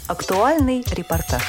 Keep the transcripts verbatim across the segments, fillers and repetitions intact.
Актуальный репортаж.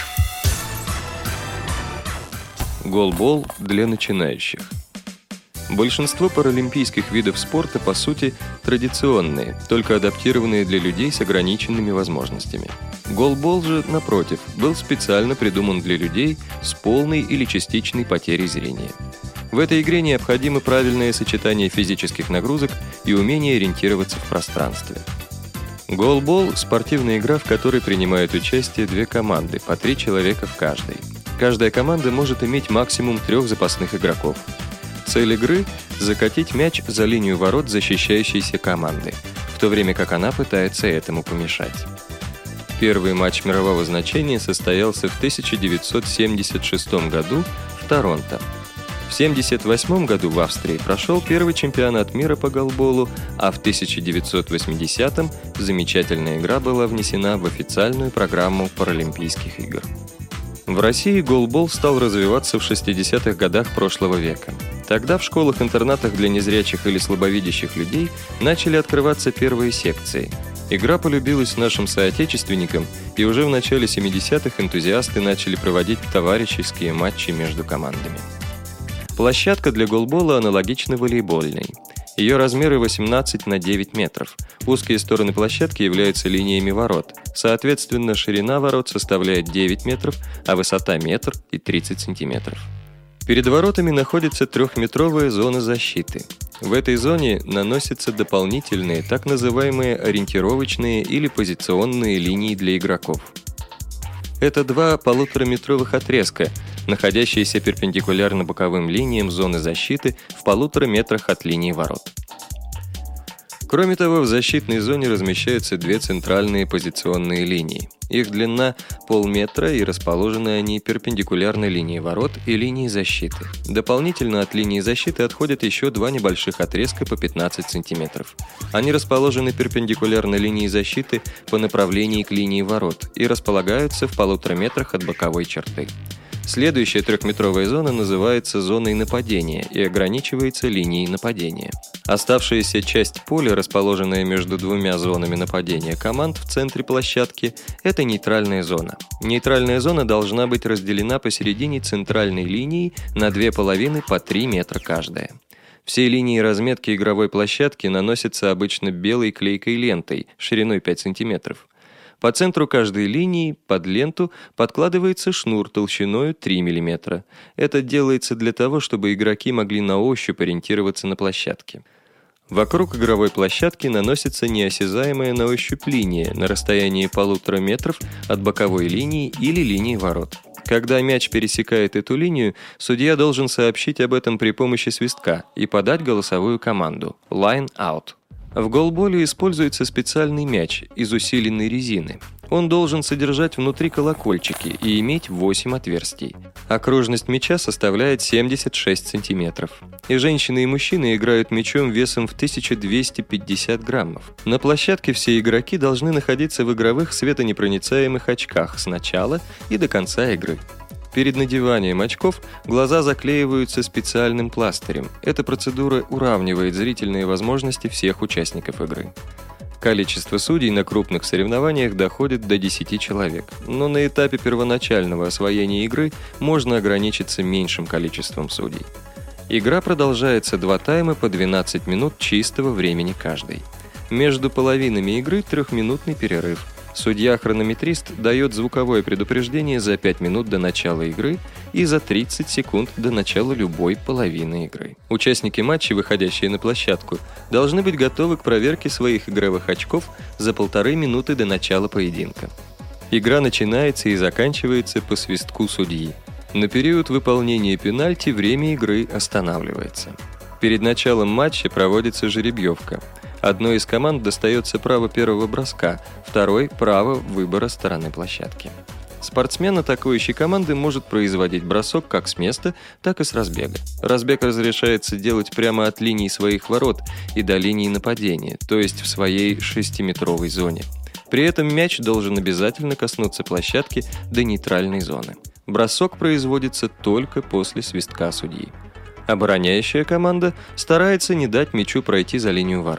Голбол для начинающих. Большинство паралимпийских видов спорта, по сути, традиционные, только адаптированные для людей с ограниченными возможностями. Голбол же, напротив, был специально придуман для людей с полной или частичной потерей зрения. В этой игре необходимо правильное сочетание физических нагрузок и умение ориентироваться в пространстве. Голбол – спортивная игра, в которой принимают участие две команды, по три человека в каждой. Каждая команда может иметь максимум трех запасных игроков. Цель игры – закатить мяч за линию ворот защищающейся команды, в то время как она пытается этому помешать. Первый матч мирового значения состоялся в тысяча девятьсот семьдесят шестом году в Торонто. В тысяча девятьсот семьдесят восьмом году в Австрии прошел первый чемпионат мира по голболу, а в тысяча девятьсот восьмидесятом замечательная игра была внесена в официальную программу Паралимпийских игр. В России голбол стал развиваться в шестидесятых годах прошлого века. Тогда в школах-интернатах для незрячих или слабовидящих людей начали открываться первые секции. Игра полюбилась нашим соотечественникам, и уже в начале семидесятых энтузиасты начали проводить товарищеские матчи между командами. Площадка для голбола аналогична волейбольной. Ее размеры восемнадцать на девять метров. Узкие стороны площадки являются линиями ворот. Соответственно, ширина ворот составляет девять метров, а высота метр и тридцать сантиметров. Перед воротами находится трехметровая зона защиты. В этой зоне наносятся дополнительные, так называемые ориентировочные или позиционные линии для игроков. Это два полутораметровых отрезка, находящиеся перпендикулярно боковым линиям зоны защиты в полутора метрах от линии ворот. Кроме того, в защитной зоне размещаются две центральные позиционные линии. Их длина полметра, и расположены они перпендикулярно линии ворот и линии защиты. Дополнительно от линии защиты отходят еще два небольших отрезка по пятнадцать сантиметров. Они расположены перпендикулярно линии защиты по направлению к линии ворот и располагаются в полутора метрах от боковой черты. Следующая трехметровая зона называется зоной нападения и ограничивается линией нападения. Оставшаяся часть поля, расположенная между двумя зонами нападения команд в центре площадки, это нейтральная зона. Нейтральная зона должна быть разделена посередине центральной линии на две половины по три метра каждая. Все линии разметки игровой площадки наносятся обычно белой клейкой лентой шириной пять сантиметров. По центру каждой линии под ленту подкладывается шнур толщиной три миллиметра. Это делается для того, чтобы игроки могли на ощупь ориентироваться на площадке. Вокруг игровой площадки наносится неосязаемая на ощупь линия на расстоянии полутора метров от боковой линии или линии ворот. Когда мяч пересекает эту линию, судья должен сообщить об этом при помощи свистка и подать голосовую команду «Line out». В голболе используется специальный мяч из усиленной резины. Он должен содержать внутри колокольчики и иметь восемь отверстий. Окружность мяча составляет семьдесят шесть сантиметров. И женщины, и мужчины играют мячом весом в тысячу двести пятьдесят граммов. На площадке все игроки должны находиться в игровых светонепроницаемых очках с начала и до конца игры. Перед надеванием очков глаза заклеиваются специальным пластырем. Эта процедура уравнивает зрительные возможности всех участников игры. Количество судей на крупных соревнованиях доходит до десяти человек, но на этапе первоначального освоения игры можно ограничиться меньшим количеством судей. Игра продолжается два тайма по двенадцать минут чистого времени каждый. Между половинами игры трехминутный перерыв. Судья-хронометрист дает звуковое предупреждение за пять минут до начала игры и за тридцать секунд до начала любой половины игры. Участники матча, выходящие на площадку, должны быть готовы к проверке своих игровых очков за полторы минуты до начала поединка. Игра начинается и заканчивается по свистку судьи. На период выполнения пенальти время игры останавливается. Перед началом матча проводится жеребьевка. Одной из команд достается право первого броска, второй – право выбора стороны площадки. Спортсмен атакующей команды может производить бросок как с места, так и с разбега. Разбег разрешается делать прямо от линии своих ворот и до линии нападения, то есть в своей шестиметровой зоне. При этом мяч должен обязательно коснуться площадки до нейтральной зоны. Бросок производится только после свистка судьи. Обороняющая команда старается не дать мячу пройти за линию ворот.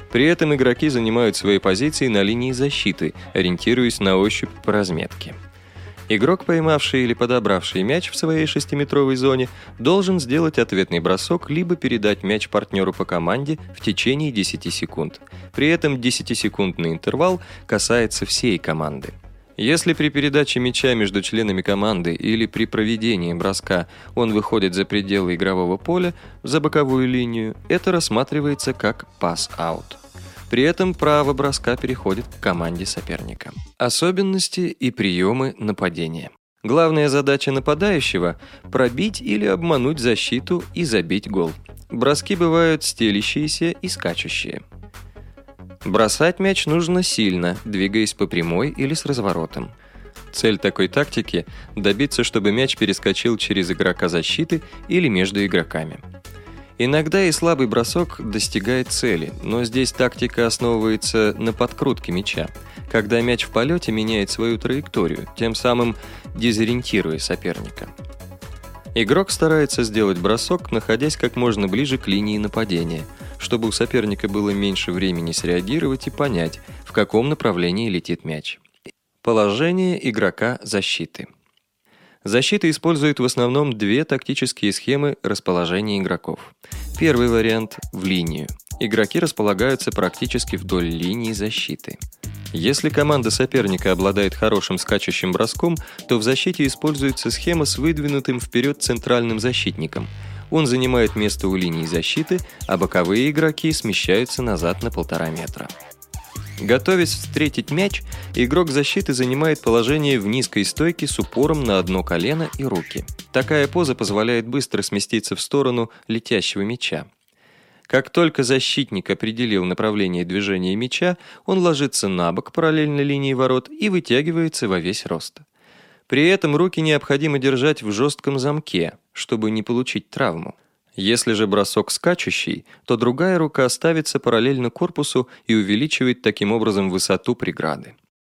При этом игроки занимают свои позиции на линии защиты, ориентируясь на ощупь по разметке. Игрок, поймавший или подобравший мяч в своей шестиметровой зоне, должен сделать ответный бросок либо передать мяч партнеру по команде в течение десяти секунд. При этом десятисекундный интервал касается всей команды. Если при передаче мяча между членами команды или при проведении броска он выходит за пределы игрового поля, за боковую линию, это рассматривается как пас-аут. При этом право броска переходит к команде соперника. Особенности и приемы нападения. Главная задача нападающего – пробить или обмануть защиту и забить гол. Броски бывают стелящиеся и скачущие. Бросать мяч нужно сильно, двигаясь по прямой или с разворотом. Цель такой тактики – добиться, чтобы мяч перескочил через игрока защиты или между игроками. Иногда и слабый бросок достигает цели, но здесь тактика основывается на подкрутке мяча, когда мяч в полете меняет свою траекторию, тем самым дезориентируя соперника. Игрок старается сделать бросок, находясь как можно ближе к линии нападения, чтобы у соперника было меньше времени среагировать и понять, в каком направлении летит мяч. Положение игрока защиты. Защита использует в основном две тактические схемы расположения игроков. Первый вариант – в линию. Игроки располагаются практически вдоль линии защиты. Если команда соперника обладает хорошим скачущим броском, то в защите используется схема с выдвинутым вперед центральным защитником. Он занимает место у линии защиты, а боковые игроки смещаются назад на полтора метра. Готовясь встретить мяч, игрок защиты занимает положение в низкой стойке с упором на одно колено и руки. Такая поза позволяет быстро сместиться в сторону летящего мяча. Как только защитник определил направление движения мяча, он ложится на бок параллельно линии ворот и вытягивается во весь рост. При этом руки необходимо держать в жестком замке, чтобы не получить травму. Если же бросок скачущий, то другая рука ставится параллельно корпусу и увеличивает таким образом высоту преграды.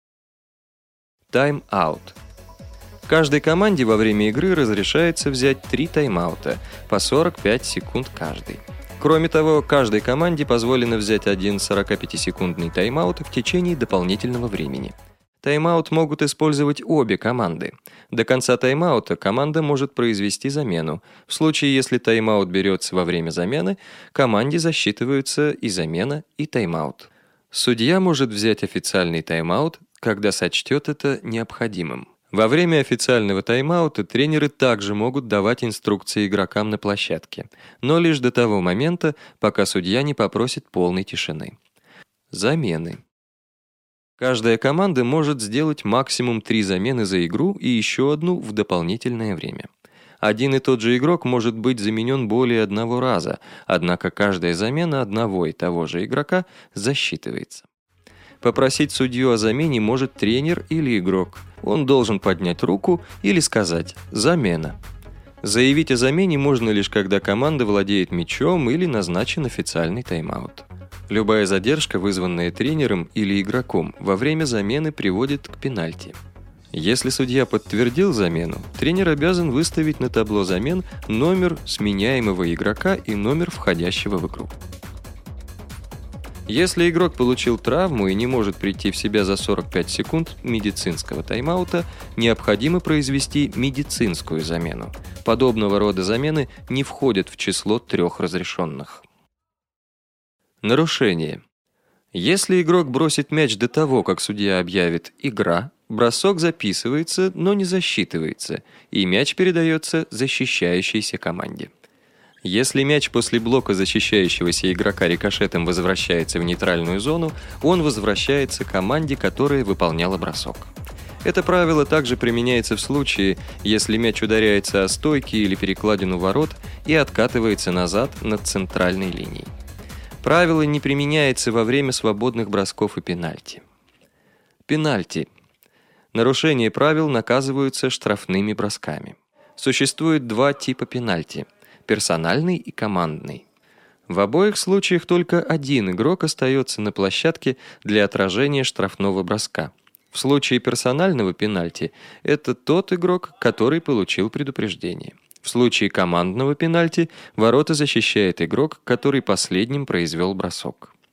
Тайм-аут. Каждой команде во время игры разрешается взять три тайм-аута, по сорок пять секунд каждый. Кроме того, каждой команде позволено взять один сорокапятисекундный тайм-аут в течение дополнительного времени. Тайм-аут могут использовать обе команды. До конца тайм-аута команда может произвести замену. В случае, если тайм-аут берется во время замены, команде засчитываются и замена, и тайм-аут. Судья может взять официальный тайм-аут, когда сочтет это необходимым. Во время официального тайм-аута тренеры также могут давать инструкции игрокам на площадке, но лишь до того момента, пока судья не попросит полной тишины. Замены. Каждая команда может сделать максимум три замены за игру и еще одну в дополнительное время. Один и тот же игрок может быть заменен более одного раза, однако каждая замена одного и того же игрока засчитывается. Попросить судью о замене может тренер или игрок. Он должен поднять руку или сказать «замена». Заявить о замене можно лишь когда команда владеет мячом или назначен официальный тайм-аут. Любая задержка, вызванная тренером или игроком, во время замены приводит к пенальти. Если судья подтвердил замену, тренер обязан выставить на табло замен номер сменяемого игрока и номер входящего в игру. Если игрок получил травму и не может прийти в себя за сорок пять секунд медицинского тайм-аута, необходимо произвести медицинскую замену. Подобного рода замены не входят в число трех разрешенных. Нарушение. Если игрок бросит мяч до того, как судья объявит «игра», бросок записывается, но не засчитывается, и мяч передается защищающейся команде. Если мяч после блока защищающегося игрока рикошетом возвращается в нейтральную зону, он возвращается команде, которая выполняла бросок. Это правило также применяется в случае, если мяч ударяется о стойки или перекладину ворот и откатывается назад над центральной линией. Правило не применяется во время свободных бросков и пенальти. Пенальти. Нарушение правил наказываются штрафными бросками. Существует два типа пенальти – персональный и командный. В обоих случаях только один игрок остается на площадке для отражения штрафного броска. В случае персонального пенальти это тот игрок, который получил предупреждение. В случае командного пенальти ворота защищает игрок, который последним произвел бросок.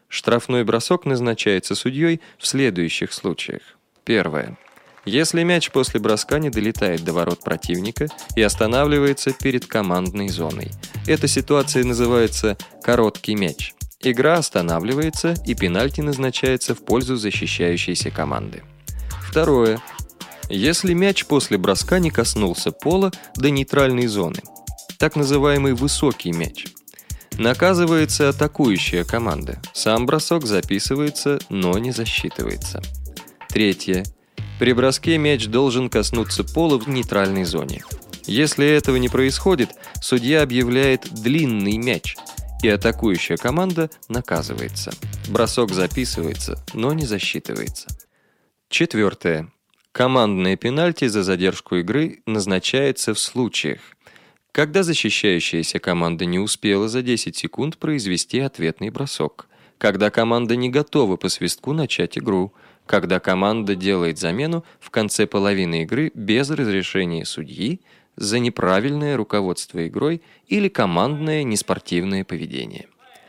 Штрафной бросок назначается судьей в следующих случаях. Первое. Если мяч после броска не долетает до ворот противника и останавливается перед командной зоной. Эта ситуация называется «короткий мяч». Игра останавливается, и пенальти назначается в пользу защищающейся команды. Второе. Если мяч после броска не коснулся пола до нейтральной зоны. Так называемый высокий мяч. Наказывается атакующая команда. Сам бросок записывается, но не засчитывается. Третье. При броске мяч должен коснуться пола в нейтральной зоне. Если этого не происходит, судья объявляет длинный мяч, и атакующая команда наказывается. Бросок записывается, но не засчитывается. Четвертое. Командное пенальти за задержку игры назначается в случаях, когда защищающаяся команда не успела за десять секунд произвести ответный бросок, когда команда не готова по свистку начать игру, когда команда делает замену в конце половины игры без разрешения судьи за неправильное руководство игрой или командное неспортивное поведение.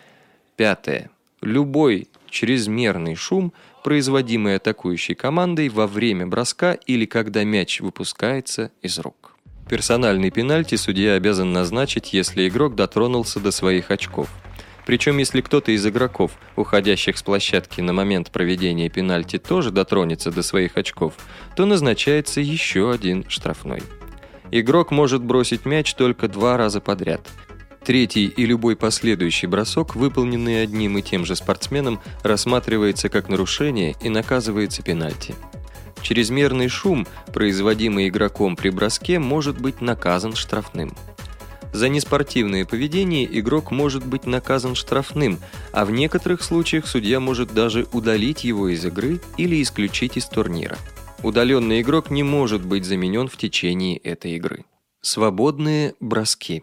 Пятое. Любой чрезмерный шум, производимый атакующей командой во время броска или когда мяч выпускается из рук. Персональный пенальти судья обязан назначить, если игрок дотронулся до своих очков. Причем, если кто-то из игроков, уходящих с площадки на момент проведения пенальти, тоже дотронется до своих очков, то назначается еще один штрафной. Игрок может бросить мяч только два раза подряд. Третий и любой последующий бросок, выполненный одним и тем же спортсменом, рассматривается как нарушение и наказывается пенальти. Чрезмерный шум, производимый игроком при броске, может быть наказан штрафным. За неспортивное поведение игрок может быть наказан штрафным, а в некоторых случаях судья может даже удалить его из игры или исключить из турнира. Удаленный игрок не может быть заменен в течение этой игры. Свободные броски.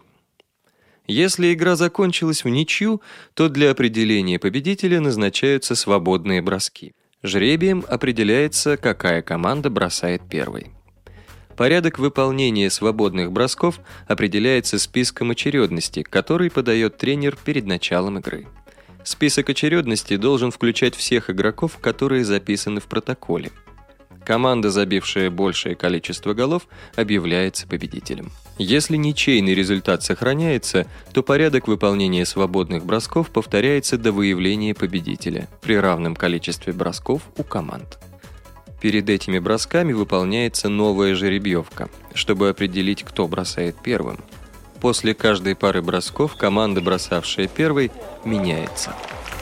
Если игра закончилась в ничью, то для определения победителя назначаются свободные броски. Жребием определяется, какая команда бросает первой. Порядок выполнения свободных бросков определяется списком очередности, который подает тренер перед началом игры. Список очередности должен включать всех игроков, которые записаны в протоколе. Команда, забившая большее количество голов, объявляется победителем. Если ничейный результат сохраняется, то порядок выполнения свободных бросков повторяется до выявления победителя при равном количестве бросков у команд. Перед этими бросками выполняется новая жеребьевка, чтобы определить, кто бросает первым. После каждой пары бросков команда, бросавшая первой, меняется.